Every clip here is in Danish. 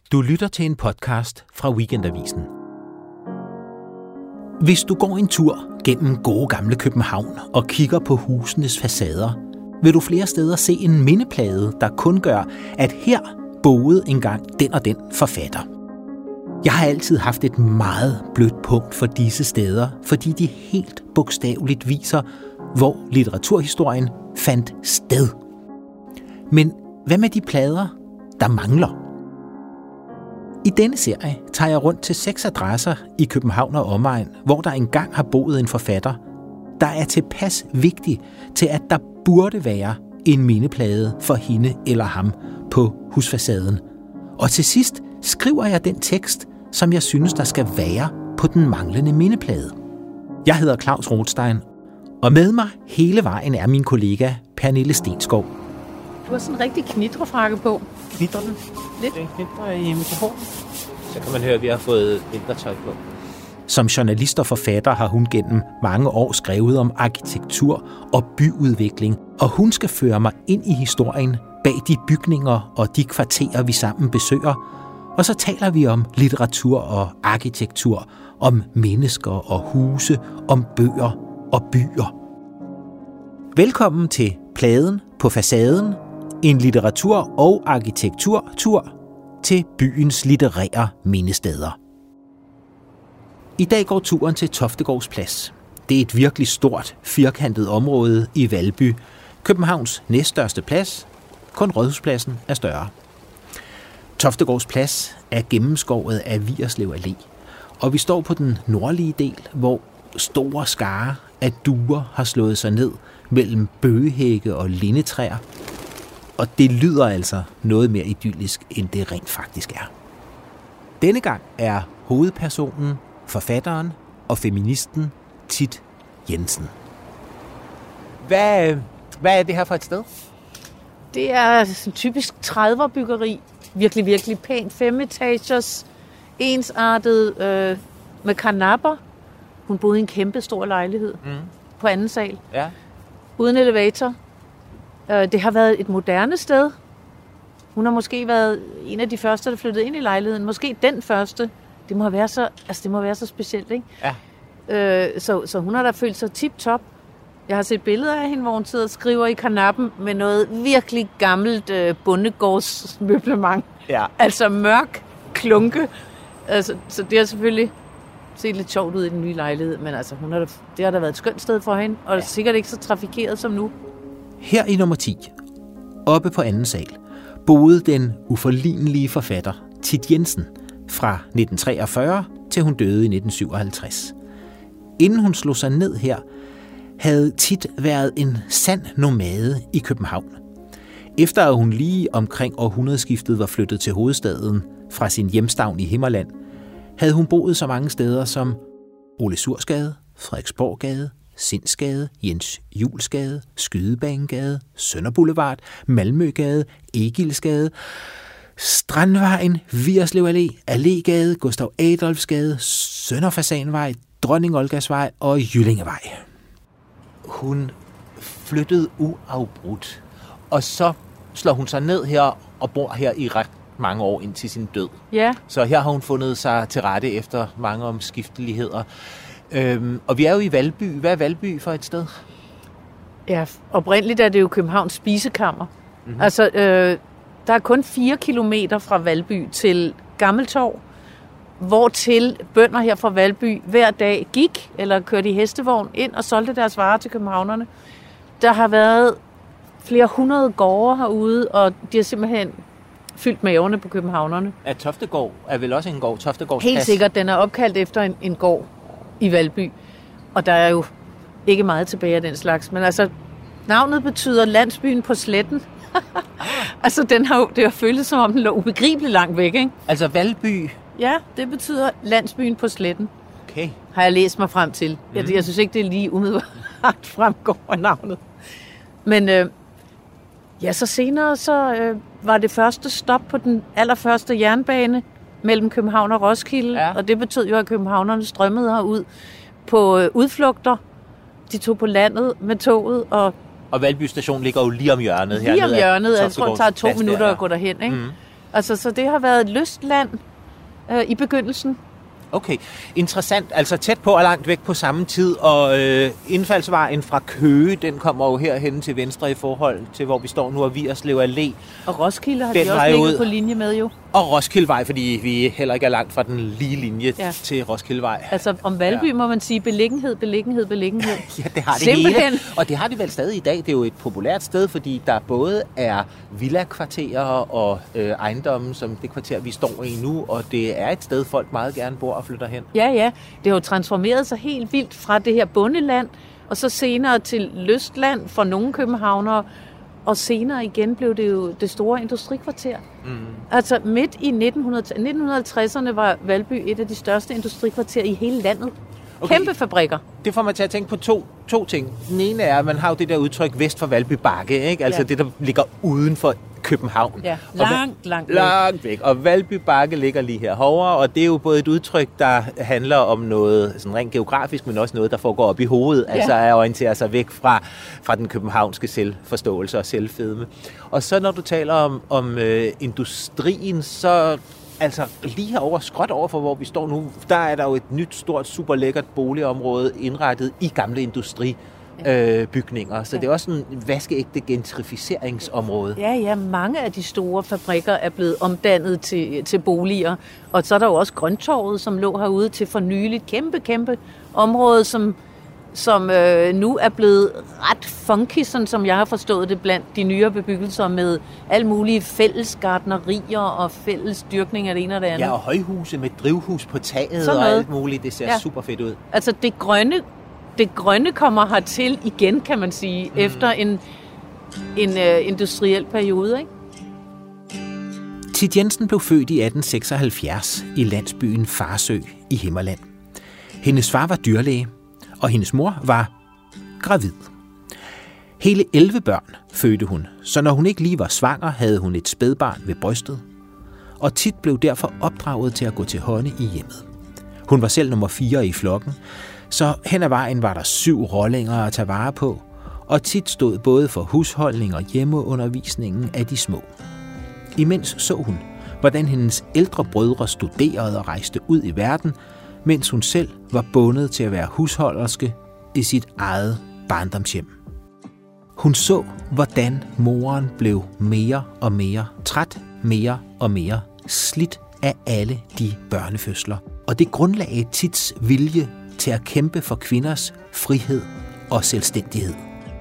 Du lytter til en podcast fra Weekendavisen. Hvis du går en tur gennem gode gamle København og kigger på husenes facader, vil du flere steder se en mindeplade, der kun gør, at her boede engang den og den forfatter. Jeg har altid haft et meget blødt punkt for disse steder, fordi de helt bogstaveligt viser, hvor litteraturhistorien fandt sted. Men hvad med de plader, der mangler? I denne serie tager jeg rundt til 6 adresser i København og omegn, hvor der engang har boet en forfatter, der er tilpas vigtig til, at der burde være en mindeplade for hende eller ham på husfacaden. Og til sidst skriver jeg den tekst, som jeg synes, der skal være på den manglende mindeplade. Jeg hedder Claus Rothstein, og med mig hele vejen er min kollega Pernille Stensgaard. Du har sådan en rigtig knitrefrakke på. Knitrer den? Lidt. Den knitrer i mikrofonen. Så kan man høre, at vi har fået vintertøj på. Som journalist og forfatter har hun gennem mange år skrevet om arkitektur og byudvikling, og hun skal føre mig ind i historien bag de bygninger og de kvarterer, vi sammen besøger. Og så taler vi om litteratur og arkitektur, om mennesker og huse, om bøger og byer. Velkommen til Pladen på facaden, en litteratur- og arkitekturtur til byens litterære mindesteder. I dag går turen til Toftegårds Plads. Det er et virkelig stort, firkantet område i Valby. Københavns næststørste plads. Kun Rådhuspladsen er større. Toftegårds Plads er gennemskåret af Vigerslev Allé, og vi står på den nordlige del, hvor store skarer af duer har slået sig ned mellem bøgehække og lindetræer. Og det lyder altså noget mere idyllisk, end det rent faktisk er. Denne gang er hovedpersonen, forfatteren og feministen Thit Jensen. Hvad er det her for et sted? Det er sådan typisk 30'er-byggeri. Virkelig, virkelig pænt. 5 etagers, ensartet med karnapper. Hun boede i en kæmpe stor lejlighed på anden sal. Ja. Uden elevator. Det har været et moderne sted. Hun har måske været en af de første, der flyttede ind i lejligheden. Måske den første. Det må være så specielt, ikke? Ja. Så hun har da følt sig tip-top. Jeg har set billeder af hende, hvor hun sidder og skriver i karnappen med noget virkelig gammelt bondegårdsmøblement. Ja. Altså mørk klunke. Altså, så det har selvfølgelig set lidt sjovt ud i den nye lejlighed, men altså, det har da været et skønt sted for hende, og sikkert ikke så trafikeret som nu. Her i nummer 10, oppe på anden sal, boede den uforlignelige forfatter Thit Jensen fra 1943 til hun døde i 1957. Inden hun slog sig ned her, havde Thit været en sand nomade i København. Efter at hun lige omkring århundredeskiftet var flyttet til hovedstaden fra sin hjemstavn i Himmerland, havde hun boet så mange steder som Ole Suhrsgade, Frederiksborggade, Sindsgade, Jens Julesgade, Skydebanegade, Sønderboulevard, Malmøgade, Egilsgade, Strandvejen, Vigerslev Allé, Allégade, Gustav Adolfsgade, Sønderfasanvej, Dronning Olgasvej og Jyllingevej. Hun flyttede uafbrudt, og så slår hun sig ned her og bor her i ret mange år indtil sin død. Ja. Så her har hun fundet sig til rette efter mange omskifteligheder. Og vi er jo i Valby. Hvad er Valby for et sted? Ja, oprindeligt er det jo Københavns spisekammer. Mm-hmm. Altså, der er kun 4 kilometer fra Valby til Gammeltorv, hvortil bønder her fra Valby hver dag gik, eller kørte i hestevogn ind og solgte deres varer til københavnerne. Der har været flere hundrede gårde herude, og de har simpelthen fyldt maverne på københavnerne. At Toftegård er vel også en gård? Toftegårds Plads? Helt sikkert, den er opkaldt efter en gård i Valby. Og der er jo ikke meget tilbage af den slags. Men altså, navnet betyder landsbyen på sletten. Altså, det har føltes som om den lå ubegribeligt langt væk, ikke? Altså Valby? Ja, det betyder landsbyen på sletten. Okay. Har jeg læst mig frem til. Jeg synes ikke, det er lige umiddelbart fremgår af navnet. Men så senere var det første stop på den allerførste jernbane mellem København og Roskilde. Ja. Og det betød jo, at københavnerne strømmede herud på udflugter. De tog på landet med toget. Og Valby station ligger jo lige om hjørnet. Lige om hjørnet. Jeg tror, det tager 2 minutter at gå derhen. Ikke? Altså, så det har været et lystland i begyndelsen. Okay, interessant. Altså tæt på og langt væk på samme tid, og indfaldsvejen fra Køge, den kommer jo herhen til venstre i forhold til, hvor vi står nu, og Vigerslev Allé. Og Roskilde har de også ligget på linje med jo. Og Roskildevej, fordi vi heller ikke er langt fra den lige linje til Roskildevej. Altså om Valby må man sige beliggenhed. Ja, det har det simpelthen. Hele. Og det har de vel stadig i dag. Det er jo et populært sted, fordi der både er villa-kvarterer og ejendomme, som det kvarter, vi står i nu, og det er et sted, folk meget gerne bor og flytter hen. Ja. Det har jo transformeret sig helt vildt fra det her bondeland, og så senere til lystland for nogle københavnere, og senere igen blev det jo det store industrikvarter. Altså midt i 1950'erne var Valby et af de største industrikvarterer i hele landet. Okay. Kæmpe fabrikker. Det får mig til at tænke på to ting. Den ene er, at man har jo det der udtryk vest for Valby Bakke, ikke? Altså det, der ligger uden for København. Ja, langt væk. Og Valby Bakke ligger lige herovre, og det er jo både et udtryk, der handler om noget sådan rent geografisk, men også noget, der foregår op i hovedet, altså at orientere sig væk fra den københavnske selvforståelse og selvfedme. Og så når du taler om industrien, så altså lige herovre, skråt over for hvor vi står nu, der er der jo et nyt, stort, super lækkert boligområde indrettet i gamle industribygninger. Så det er også en vaskeægte gentrificeringsområde. Ja, mange af de store fabrikker er blevet omdannet til boliger. Og så er der jo også Grøntorvet, som lå herude til for nyligt. Kæmpe område, som nu er blevet ret funky, sådan som jeg har forstået det, blandt de nyere bebyggelser med alle mulige fælles gartnerier og fælles dyrkning af det ene og det andet. Ja, og højhuse med drivhus på taget og alt muligt. Det ser super fedt ud. Altså det grønne kommer hertil igen, kan man sige, efter en industriel periode, ikke? Thit Jensen blev født i 1876 i landsbyen Farsø i Himmerland. Hendes far var dyrlæge, og hendes mor var gravid. Hele 11 børn fødte hun, så når hun ikke lige var svanger, havde hun et spædbarn ved brystet, og Thit blev derfor opdraget til at gå til hånde i hjemmet. Hun var selv nummer 4 i flokken, så hen ad vejen var der 7 rollinger at tage vare på, og Thit stod både for husholdning og hjemmeundervisningen af de små. Imens så hun, hvordan hendes ældre brødre studerede og rejste ud i verden, mens hun selv var bundet til at være husholderske i sit eget barndomshjem. Hun så, hvordan moren blev mere og mere træt, mere og mere slidt af alle de børnefødsler. Og det grundlagde Thits vilje til at kæmpe for kvinders frihed og selvstændighed.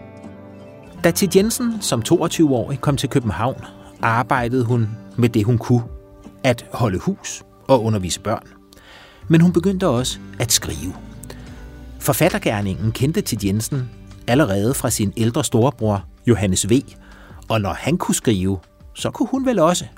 Da Thit Jensen som 22-årig kom til København, arbejdede hun med det, hun kunne, at holde hus og undervise børn. Men hun begyndte også at skrive. Forfattergerningen kendte Thit Jensen allerede fra sin ældre storebror Johannes V. Og når han kunne skrive, så kunne hun vel også.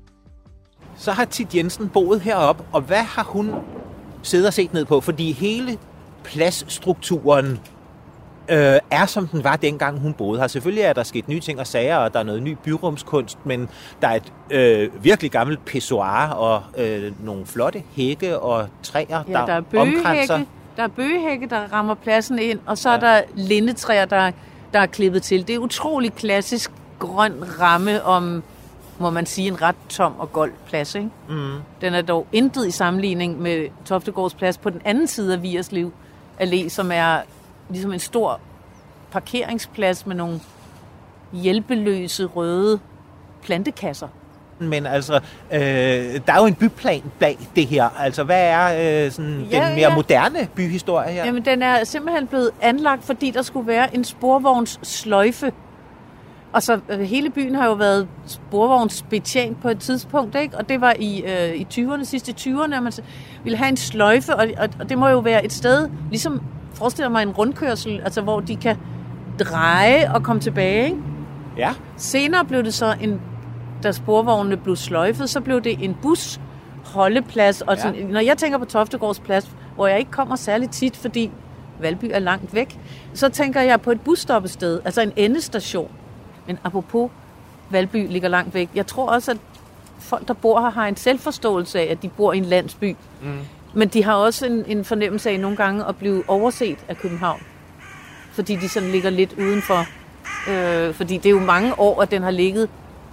Så har Thit Jensen boet heroppe, og hvad har hun siddet og set ned på? Fordi hele pladsstrukturen er, som den var dengang hun boede her. Selvfølgelig er der sket nye ting og sager, og der er noget ny byrumskunst, men der er et virkelig gammelt pissoir og nogle flotte hække og træer, der omkranser. Der er bøgehække, der rammer pladsen ind, og så er der lindetræer, der er klippet til. Det er utrolig klassisk grøn ramme om, må man sige, en ret tom og gold plads, ikke? Den er dog intet i sammenligning med Toftegårds plads på den anden side af Vigerslev Allé, som er ligesom en stor parkeringsplads med nogle hjælpeløse røde plantekasser. Men altså, der er jo en byplan bag det her. Altså, hvad er den mere moderne byhistorie her? Jamen, den er simpelthen blevet anlagt, fordi der skulle være en sporvognssløjfe. Og så hele byen har jo været sporvognsbetjent på et tidspunkt, ikke? Og det var i 20'erne, sidste 20'erne, at man ville have en sløjfe, og det må jo være et sted, ligesom forestiller mig en rundkørsel, altså hvor de kan dreje og komme tilbage, ikke? Ja. Senere blev det så da sporvognene blev sløjfet, så blev det en busholdeplads. Og sådan, når jeg tænker på Toftegårds plads, hvor jeg ikke kommer særlig tit, fordi Valby er langt væk, så tænker jeg på et busstoppested, altså en endestation. Men apropos Valby ligger langt væk, jeg tror også, at folk, der bor her, har en selvforståelse af, at de bor i en landsby. Men de har også en fornemmelse af nogle gange at blive overset af København. Fordi de sådan ligger lidt udenfor. Fordi det er jo mange år, at den har ligget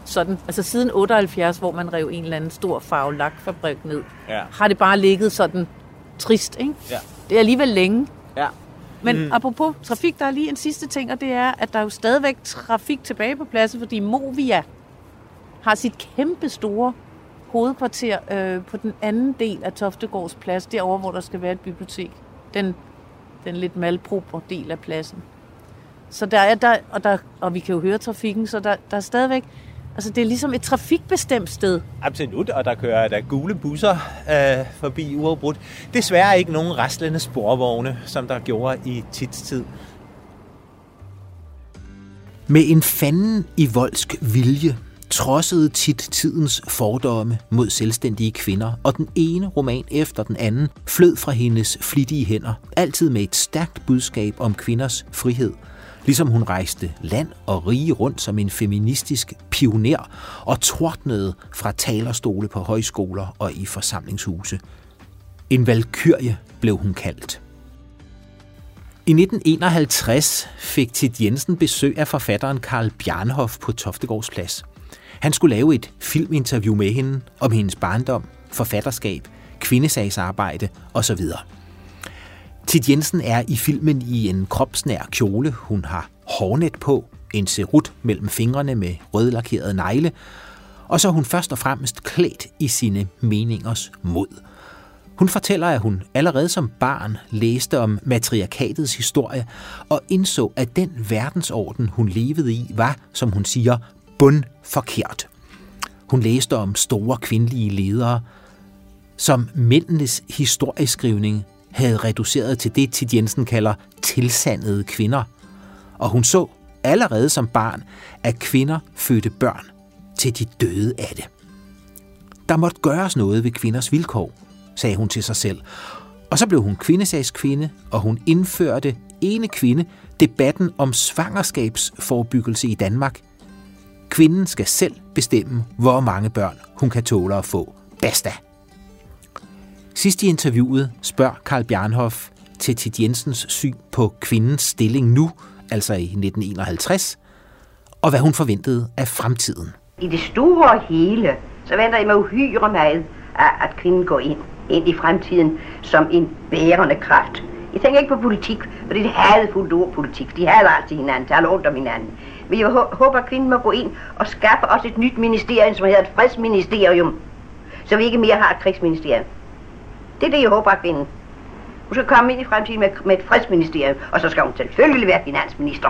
sådan, altså siden 78, hvor man rev en eller anden stor farvelakfabrik ned, har det bare ligget sådan trist, ikke? Ja. Det er alligevel længe. Ja. Men apropos trafik, der er lige en sidste ting, og det er, at der er jo stadigvæk trafik tilbage på pladsen, fordi Movia har sit kæmpe store hovedkvarter på den anden del af Toftegårds plads, derovre, hvor der skal være et bibliotek. Den lidt malprobre del af pladsen. Så der er og vi kan jo høre trafikken, så der er stadigvæk, altså det er ligesom et trafikbestemt sted. Absolut, og der kører der gule busser forbi uafbrudt. Desværre ikke nogen raslende sporvogne, som der gjorde i Thits tid. Med en fanden i voldsk vilje trodsede Thit tidens fordomme mod selvstændige kvinder, og den ene roman efter den anden flød fra hendes flittige hænder, altid med et stærkt budskab om kvinders frihed, ligesom hun rejste land og rige rundt som en feministisk pioner og tordnede fra talerstole på højskoler og i forsamlingshuse. En valkyrie blev hun kaldt. I 1951 fik Thit Jensen besøg af forfatteren Carl Bjarnhof på Toftegårds Plads. Han skulle lave et filminterview med hende om hendes barndom, forfatterskab, kvindesagsarbejde osv. Thit Jensen er i filmen i en kropsnær kjole. Hun har hårnet på, en cerut mellem fingrene med rødlakerede negle, og så er hun først og fremmest klædt i sine meningers mod. Hun fortæller, at hun allerede som barn læste om matriarkatets historie og indså, at den verdensorden, hun levede i, var, som hun siger, bundforkert. Hun læste om store kvindelige ledere, som mændenes historieskrivning havde reduceret til det, Thit Jensen kalder tilsandede kvinder. Og hun så allerede som barn, at kvinder fødte børn, til de døde af det. Der måtte gøres noget ved kvinders vilkår, sagde hun til sig selv. Og så blev hun kvindesagskvinde, og hun indførte ene kvinde debatten om svangerskabsforebyggelse i Danmark. Kvinden skal selv bestemme, hvor mange børn hun kan tåle at få. Basta! Sidst i interviewet spørger Carl Bjarnhof til Thit Jensens syn på kvindens stilling nu, altså i 1951, og hvad hun forventede af fremtiden. I det store og hele, så venter jeg mig uhyre meget af, at kvinden går ind i fremtiden som en bærende kraft. Jeg tænker ikke på politik, for det er et hadefuldt ord politik. De hader altid hinanden, taler rundt om hinanden. Men jeg håber, at kvinden må gå ind og skaffe os et nyt ministerium, som hedder et fredsministerium, så vi ikke mere har et krigsministerium. Det er det, jeg håber af kvinden. Hun skal komme ind i fremtiden med et fredsministerium, og så skal hun selvfølgelig være finansminister.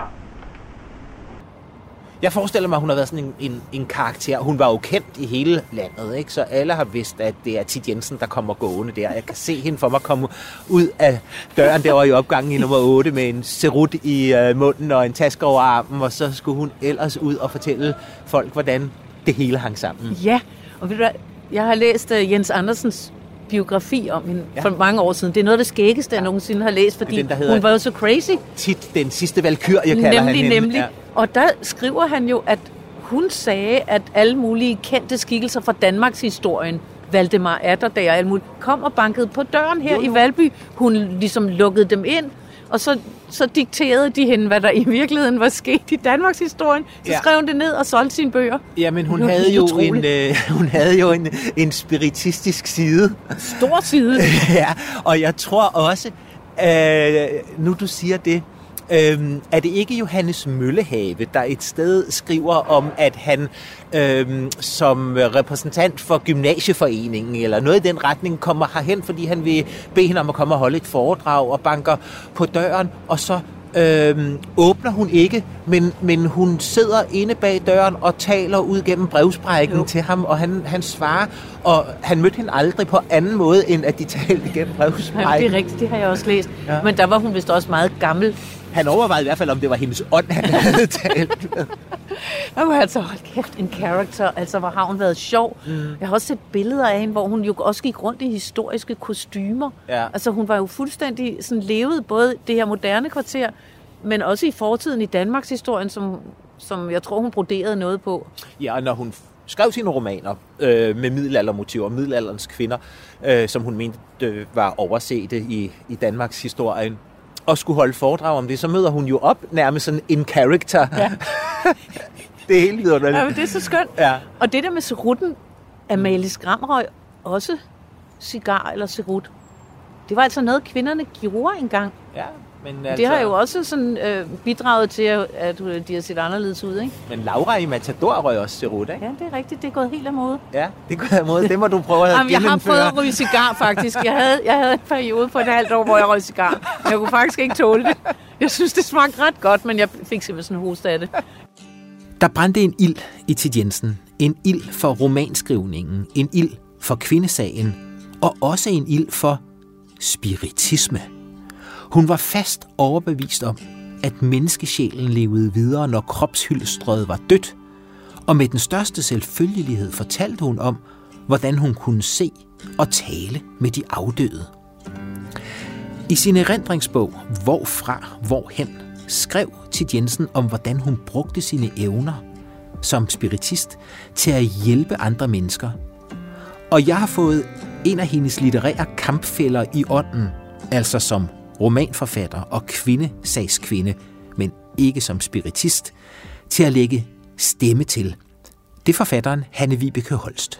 Jeg forestiller mig, at hun har været sådan en karakter. Hun var jo kendt i hele landet, ikke? Så alle har vidst, at det er Thit Jensen, der kommer gående der. Jeg kan se hende for mig komme ud af døren derovre i opgangen i nummer 8 med en cerut i munden og en taske over armen, og så skulle hun ellers ud og fortælle folk, hvordan det hele hang sammen. Ja, og ved du hvad, jeg har læst Jens Andersens biografi om hende for mange år siden. Det er noget af det skæggeste, jeg nogensinde har læst, fordi den, hun var jo så crazy. Tit den sidste valkyrie, kalder han hende. Nemlig. Ja. Og der skriver han jo, at hun sagde, at alle mulige kendte skikkelser fra Danmarks historien, Valdemar Atterdag og alt muligt, kom og bankede på døren her i Valby. Hun ligesom lukkede dem ind, og så dikterede de hende, hvad der i virkeligheden var sket i Danmarks historien. Så skrev hun det ned og solgte sine bøger. Jamen, hun havde jo en spiritistisk side. Stor side. Ja, og jeg tror også, nu du siger det, er det ikke Johannes Møllehave, der et sted skriver om, at han som repræsentant for gymnasieforeningen eller noget i den retning kommer herhen, fordi han vil bede hende om at komme og holde et foredrag og banker på døren, og så åbner hun ikke, men hun sidder inde bag døren og taler ud gennem brevsprækken til ham, og han svarer, og han mødte hende aldrig på anden måde, end at de talte gennem brevsprækken. Ja, det er rigtigt, det har jeg også læst. Ja. Men der var hun vist også meget gammel. Han overvejede i hvert fald, om det var hendes ånd, han havde talt med. Altså, hold kæft, en character. Altså, hvor har hun været sjov. Jeg har også set billeder af hende, hvor hun jo også gik rundt i historiske kostymer. Ja. Altså, hun var jo fuldstændig sådan levet både det her moderne kvarter, men også i fortiden i Danmarks historien, som jeg tror, hun broderede noget på. Ja, og når hun skrev sine romaner med middelaldermotiver, middelalderens kvinder, som hun mente var oversete i Danmarks historien, og skulle holde foredrag om det, så møder hun jo op nærmest sådan en character. Ja. Det er helt vidunderligt. Ja, men det er så skønt. Ja. Og det der med cerutten, Amalie Skram røg også cigar eller cerut. Det var altså noget, kvinderne gjorde engang. Ja, men altså... Det har jo også sådan, bidraget til, at de har set anderledes ud, ikke? Men Laura i Matador røg også cerut, ikke? Ja, det er rigtigt. Det er gået helt af mode. Ja, det går af mode. Det må du prøve at Jeg har prøvet at ryge cigar, faktisk. Jeg havde en periode på et halvt år, hvor jeg røg cigar. Men jeg kunne faktisk ikke tåle det. Jeg synes, det smagte ret godt, men jeg fik simpelthen sådan en hoste af det. Der brændte en ild i Thit Jensen. En ild for romanskrivningen. En ild for kvindesagen. Og også en ild for spiritisme. Hun var fast overbevist om, at menneskesjælen levede videre, når kropshylstrøget var dødt, og med den største selvfølgelighed fortalte hun om, hvordan hun kunne se og tale med de afdøde. I sin erindringsbog Hvorfra, hvorhen, skrev Thit Jensen om, hvordan hun brugte sine evner som spiritist til at hjælpe andre mennesker. Og jeg har fået en af hendes litterære kampfæller i ånden, altså som romanforfatter og kvindesagskvinde, men ikke som spiritist, til at lægge stemme til. Det er forfatteren Hanne-Vibeke Holst.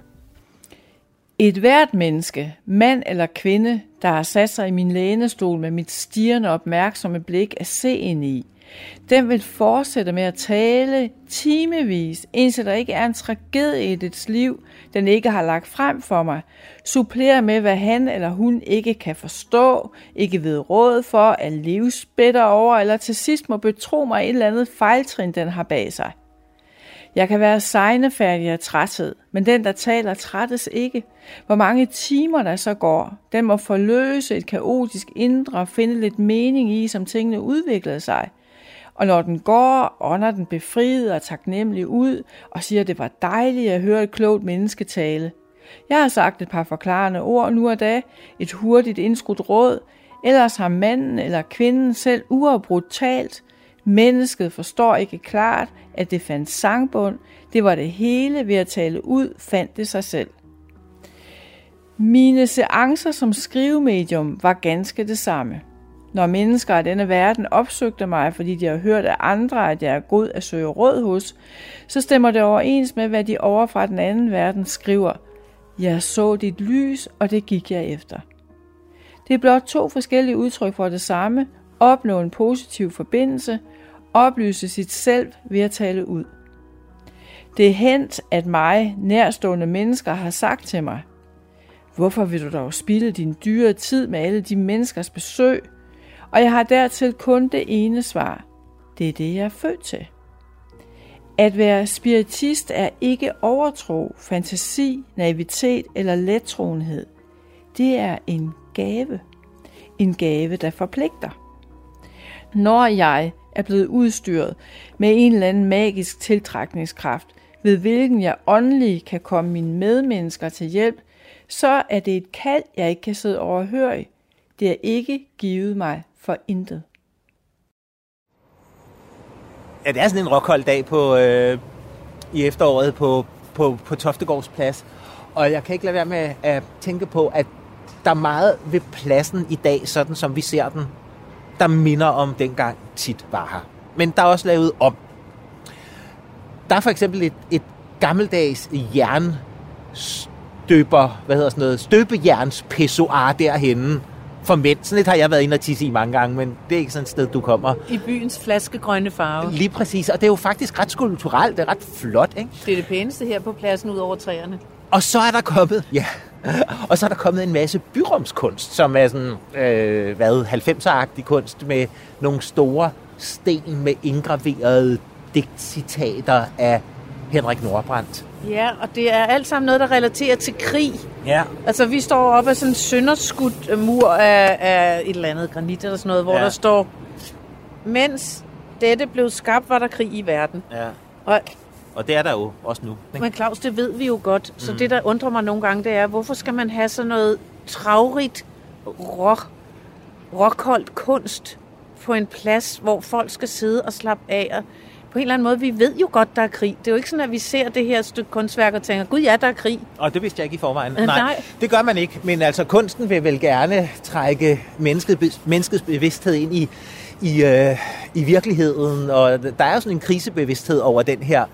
Et hvert menneske, mand eller kvinde, der har sat sig i min lænestol med mit stirrende opmærksomme blik at se ind i, den vil fortsætte med at tale timevis, indtil der ikke er en tragedie i dets liv, den ikke har lagt frem for mig, supplere med, hvad han eller hun ikke kan forstå, ikke ved råd for, at livsspætter over, eller til sidst må betro mig et eller andet fejltrin, den har bag sig. Jeg kan være segnefærdig af træthed, men den, der taler, trættes ikke. Hvor mange timer der så går, den må forløse et kaotisk indre og finde lidt mening i, som tingene udviklede sig. Og når den går, ånder den befriet og taknemmelig ud og siger, at det var dejligt at høre et klogt menneske tale. Jeg har sagt et par forklarende ord nu og da, et hurtigt indskudt råd, ellers har manden eller kvinden selv uafbrudt talt. Mennesket forstår ikke klart, at det fandt sangbund. Det var det hele ved at tale ud, fandt det sig selv. Mine seancer som skrivemedium var ganske det samme. Når mennesker af denne verden opsøgte mig, fordi de har hørt af andre, at jeg er god at søge råd hos, så stemmer det overens med, hvad de over fra den anden verden skriver. Jeg så dit lys, og det gik jeg efter. Det er blot to forskellige udtryk for det samme. Opnå en positiv forbindelse, oplyse sit selv ved at tale ud. Det er hent, at mig nærstående mennesker har sagt til mig, hvorfor vil du dog spilde din dyre tid med alle de menneskers besøg? Og jeg har dertil kun det ene svar. Det er det, jeg er født til. At være spiritist er ikke overtro, fantasi, naivitet eller lettroenhed. Det er en gave. En gave, der forpligter. Når jeg er blevet udstyret med en eller anden magisk tiltrækningskraft, ved hvilken jeg åndelig kan komme mine medmennesker til hjælp, så er det et kald, jeg ikke kan sidde overhørig. Det er ikke givet mig for intet. Ja, det er sådan en rockhold dag i efteråret på Toftegårds Plads. Og jeg kan ikke lade være med at tænke på, at der er meget ved pladsen i dag, sådan som vi ser den, der minder om dengang tit var her. Men der er også lavet om. Der er for eksempel et gammeldags støbejernspissoir derhenne for mænd. Sådan et har jeg været inde og tisse i mange gange, men det er ikke sådan et sted, du kommer. I byens flaskegrønne farve. Lige præcis, og det er jo faktisk ret skulpturelt, det er ret flot, ikke? Det er det pæneste her på pladsen ud over træerne. Og så er der kommet, en masse byrumskunst, som er sådan, 90'er-agtig kunst med nogle store sten med indgraverede digtcitater af Henrik Nordbrandt. Ja, og det er alt sammen noget, der relaterer til krig. Ja. Altså, vi står oppe af sådan en sønderskudt mur af et eller andet granit eller sådan noget, hvor der står, mens dette blev skabt, var der krig i verden. Ja. Og det er der jo også nu. Ikke? Men Claus, det ved vi jo godt. Så det, der undrer mig nogle gange, det er, hvorfor skal man have sådan noget travrigt, rockholdt kunst på en plads, hvor folk skal sidde og slappe af. Og på en eller anden måde, vi ved jo godt, der er krig. Det er jo ikke sådan, at vi ser det her stykke kunstværk og tænker, gud ja, der er krig. Og det vidste jeg ikke i forvejen. Nej, det gør man ikke. Men altså, kunsten vil vel gerne trække menneskets bevidsthed ind i virkeligheden. Og der er jo sådan en krisebevidsthed over den her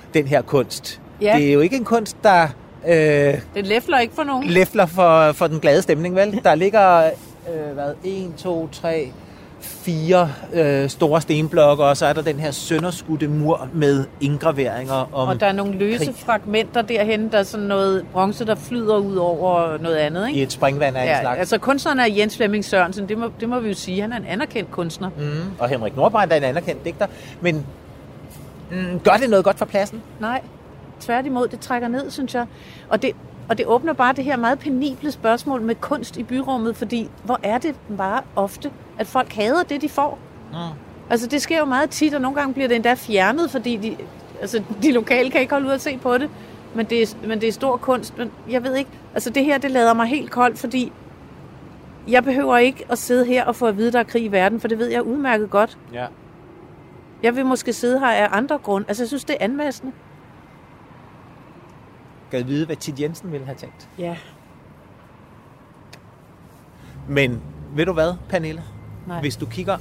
den her kunst. Ja. Det er jo ikke en kunst, der Det læfler ikke for nogen. læfler for den glade stemning, vel? Der ligger 1, 2, 3, 4 store stenblokke, og så er der den her sønderskudte mur med indgraveringer om og der er nogle løse krig. fragmenter derhen, der er sådan noget bronze, der flyder ud over noget andet, ikke? I et springvand af en slags. Altså kunstneren er Jens Flemming Sørensen, det må vi jo sige. Han er en anerkendt kunstner. Og Henrik Nordbrandt er en anerkendt digter. Men gør det noget godt for pladsen? Nej, tværtimod, det trækker ned, synes jeg. Og det åbner bare det her meget penible spørgsmål med kunst i byrummet, fordi hvor er det bare ofte, at folk hader det, de får. Altså det sker jo meget tit, og nogle gange bliver det endda fjernet, fordi de lokale kan ikke holde ud at se på det. Men det er stor kunst. Men jeg ved ikke, altså det her, det lader mig helt koldt, fordi jeg behøver ikke at sidde her og få at vide, der er krig i verden, for det ved jeg udmærket godt. Ja. Jeg vil måske sidde her af andre grunde. Altså jeg synes, det er anmassende. Gad vide, hvad Thit Jensen ville have tænkt. Ja. Men ved du hvad, Pernille? Nej. Hvis du kigger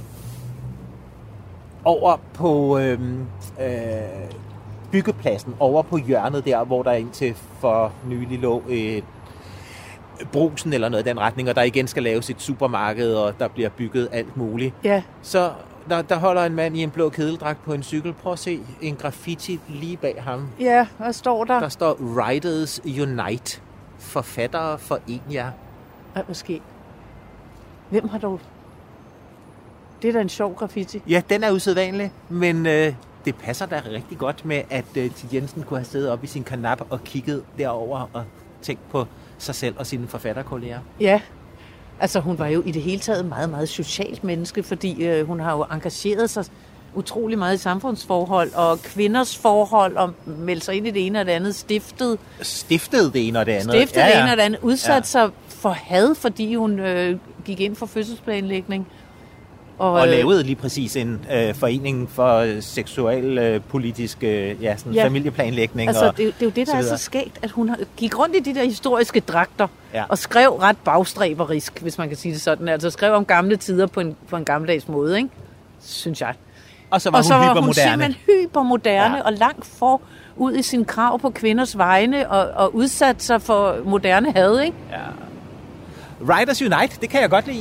over på byggepladsen, over på hjørnet der, hvor der indtil for nylig lå et Brugsen eller noget i den retning, og der igen skal laves et supermarked, og der bliver bygget alt muligt. Ja. Så der holder en mand i en blå kedeldragt på en cykel. Prøv at se en graffiti lige bag ham. Ja, hvad står der? Der står Writers Unite. Forfattere foren jer. Måske. Hvem har dog... Det er da en sjov graffiti. Ja, den er usædvanlig, men det passer da rigtig godt med, at Thit Jensen kunne have siddet op i sin kanap og kigget derover og tænkt på sig selv og sine forfatterkolleger. Ja, altså hun var jo i det hele taget meget, meget socialt menneske, fordi hun har jo engageret sig utrolig meget i samfundsforhold og kvinders forhold og meldt sig ind i det ene og det andet, Stiftede det ene og det andet. Det ene og det andet, udsat sig for had, fordi hun gik ind for fødselsplanlægning. Og lavede lige præcis en forening for seksualpolitisk familieplanlægning. Altså, det er jo det, der er så skægt, at hun gik rundt i de der historiske dragter og skrev ret bagstræberisk, hvis man kan sige det sådan. Altså skrev om gamle tider på en gammeldags måde, ikke? Synes jeg. Og så var hun hypermoderne. Simpelthen hypermoderne og langt ud i sin krav på kvinders vegne og udsat sig for moderne had, ikke? Ja. Writers Unite, det kan jeg godt lide.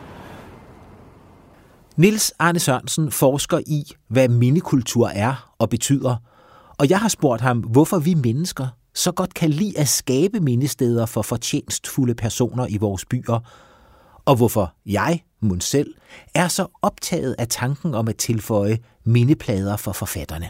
Niels Arne Sørensen forsker i, hvad mindekultur er og betyder, og jeg har spurgt ham, hvorfor vi mennesker så godt kan lide at skabe mindesteder for fortjenstfulde personer i vores byer, og hvorfor jeg, mun selv, er så optaget af tanken om at tilføje mindeplader for forfatterne.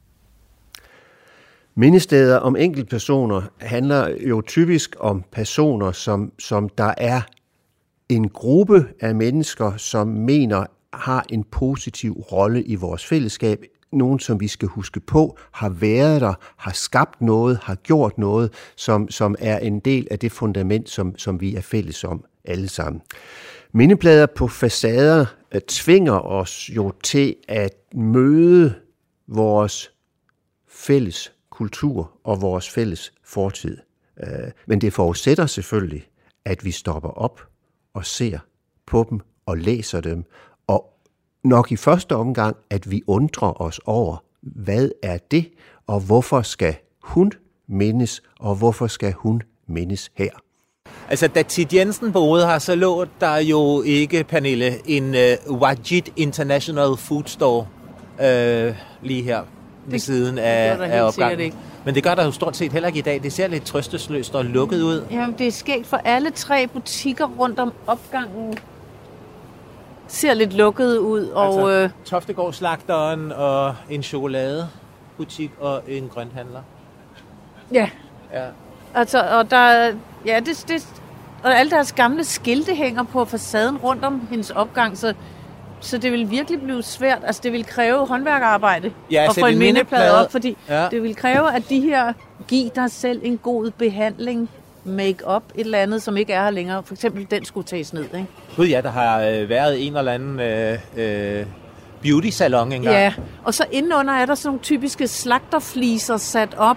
Mindesteder om enkeltpersoner handler jo typisk om personer, som der er en gruppe af mennesker, som mener har en positiv rolle i vores fællesskab. Nogen, som vi skal huske på, har været der, har skabt noget, har gjort noget, som er en del af det fundament, som vi er fælles om alle sammen. Mindeplader på facader tvinger os jo til at møde vores fælles kultur og vores fælles fortid. Men det forudsætter selvfølgelig, at vi stopper op og ser på dem og læser dem, og nok i første omgang, at vi undrer os over, hvad er det, og hvorfor skal hun mindes, og hvorfor skal hun mindes her? Altså, da Thit Jensen boede her, så lå der jo ikke, Pernille, en Wajid International Food Store lige her ved siden af opgangen. Men det gør der jo stort set heller ikke i dag. Det ser lidt trøstesløst og lukket ud. Jamen, det er skægt, for alle 3 butikker rundt om opgangen ser lidt lukket ud. Og, altså, Toftegård-slagteren og en chokoladebutik og en grønthandler. Ja. Altså, og der... Ja, og alle deres gamle skilte hænger på facaden rundt om hendes opgang, så det vil virkelig blive svært. Altså, det vil kræve håndværkerarbejde at få en mindeplade op, fordi det vil kræve, at de her giver dig selv en god behandling, make-up, et eller andet, som ikke er her længere. For eksempel, den skulle tages ned, ikke? Gud ja, der har været en eller anden beauty-salon engang. Ja, og så indenunder er der sådan nogle typiske slagterfliser sat op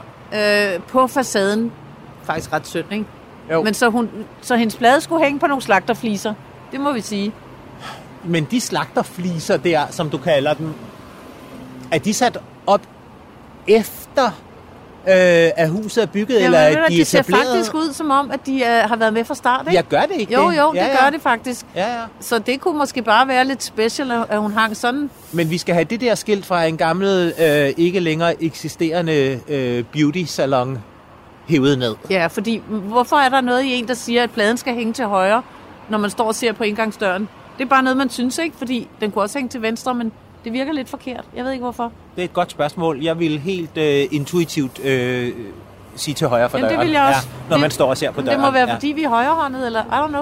på facaden. Faktisk ret sødt, ikke? Jo. Men så hendes plade skulle hænge på nogle slagterfliser. Det må vi sige. Men de slagterfliser der, som du kalder dem, er de sat op efter at huset er bygget, eller at de er etableret? Det ser faktisk ud som om, at de har været med fra start, ikke? Ja, gør det ikke Jo, det? det gør det faktisk. Ja. Så det kunne måske bare være lidt special, at hun hang sådan. Men vi skal have det der skilt fra en gammel, ikke længere eksisterende beauty salon hævet ned. Ja, fordi hvorfor er der noget i en, der siger, at pladen skal hænge til højre, når man står og ser på indgangsdøren? Det er bare noget, man synes, ikke? Fordi den kunne også hænge til venstre, men det virker lidt forkert. Jeg ved ikke, hvorfor. Det er et godt spørgsmål. Jeg vil helt intuitivt sige til højre for døren. Det vil jeg også. Ja, når man står og ser på døren. Det må være, fordi vi er højrehåndet, eller I don't know.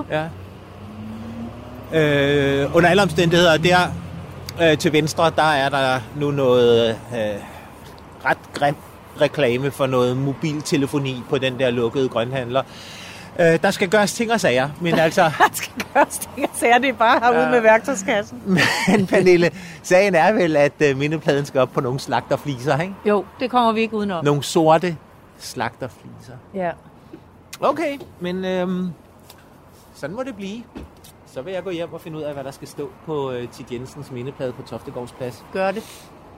Ja. Under alle omstændigheder, der til venstre, der er der nu noget ret grim reklame for noget mobiltelefoni på den der lukkede grønthandler. Der skal gøres ting og sager, men altså... Der skal gøres ting og sager, det er bare herude med værktøjskassen. Men Pernille, sagen er vel, at mindepladen skal op på nogle slagterfliser, ikke? Jo, det kommer vi ikke udenom. Nogle sorte slagterfliser. Ja. Okay, men sådan må det blive. Så vil jeg gå hjem og finde ud af, hvad der skal stå på Thit Jensens mindeplade på Toftegårds Plads. Gør det.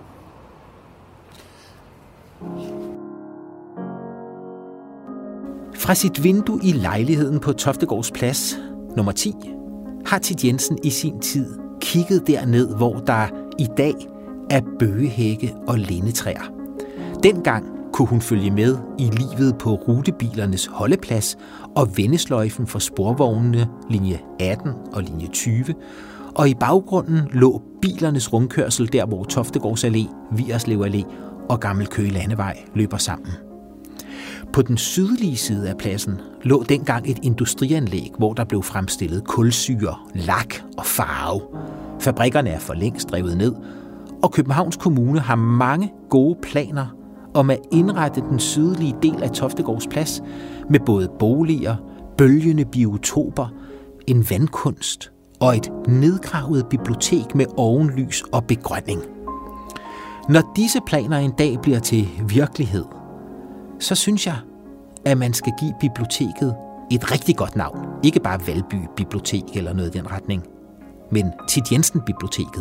Fra sit vindue i lejligheden på Toftegårds Plads, nummer 10, har Thit Jensen i sin tid kigget derned, hvor der i dag er bøgehække og lindetræer. Dengang kunne hun følge med i livet på rutebilernes holdeplads og vendesløjfen for sporvognene linje 18 og linje 20, og i baggrunden lå bilernes rundkørsel der, hvor Toftegårds Allé, Vigerslev Allé og Gammel Køge Landevej løber sammen. På den sydlige side af pladsen lå dengang et industrianlæg, hvor der blev fremstillet kulsyre, lak og farve. Fabrikkerne er for længst drevet ned, og Københavns Kommune har mange gode planer om at indrette den sydlige del af Toftegårds Plads med både boliger, bølgende biotoper, en vandkunst og et nedgravet bibliotek med ovenlys og begrønning. Når disse planer en dag bliver til virkelighed, så synes jeg, at man skal give biblioteket et rigtig godt navn. Ikke bare Valby Bibliotek eller noget i den retning, men Thit Jensen Biblioteket.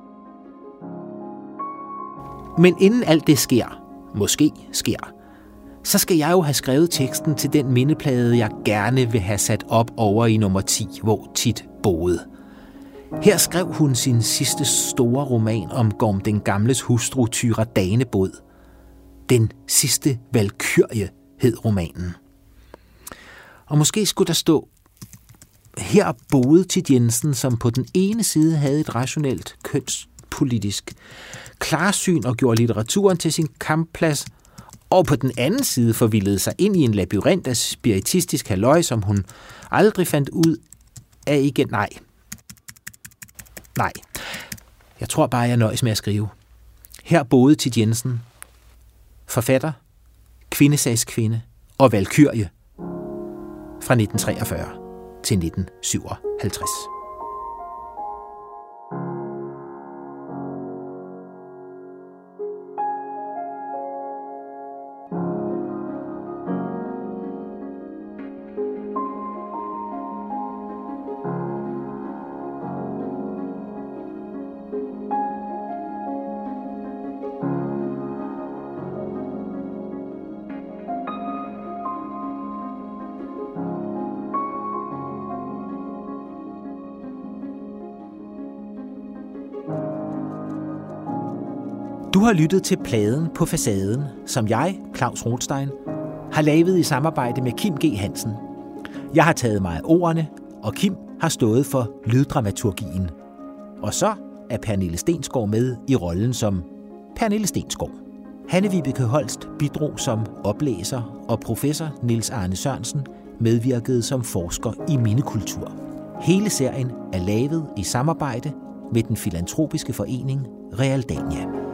Men inden alt det sker, måske sker, så skal jeg jo have skrevet teksten til den mindeplade, jeg gerne vil have sat op over i nummer 10, hvor Thit boede. Her skrev hun sin sidste store roman om Gorm den Gamles hustru Thyra Danebod. Den sidste valkyrie hed romanen. Og måske skulle der stå: her boede Thit Jensen, som på den ene side havde et rationelt kønspolitisk klarsyn og gjorde litteraturen til sin kampplads, og på den anden side forvildede sig ind i en labyrint af spiritistisk halløj, som hun aldrig fandt ud af igen. Nej. Jeg tror bare, jeg nøjes med at skrive. Her boede Thit Jensen, forfatter, kvindesagskvinde og valkyrie fra 1943 til 1957. Du har lyttet til Pladen på facaden, som jeg, Claus Rothstein, har lavet i samarbejde med Kim G. Hansen. Jeg har taget mig af ordene, og Kim har stået for lyddramaturgien. Og så er Pernille Stensgaard med i rollen som Pernille Stensgaard. Hanne-Vibeke Holst bidrog som oplæser, og professor Niels Arne Sørensen medvirkede som forsker i mindekultur. Hele serien er lavet i samarbejde med den filantropiske forening Realdania.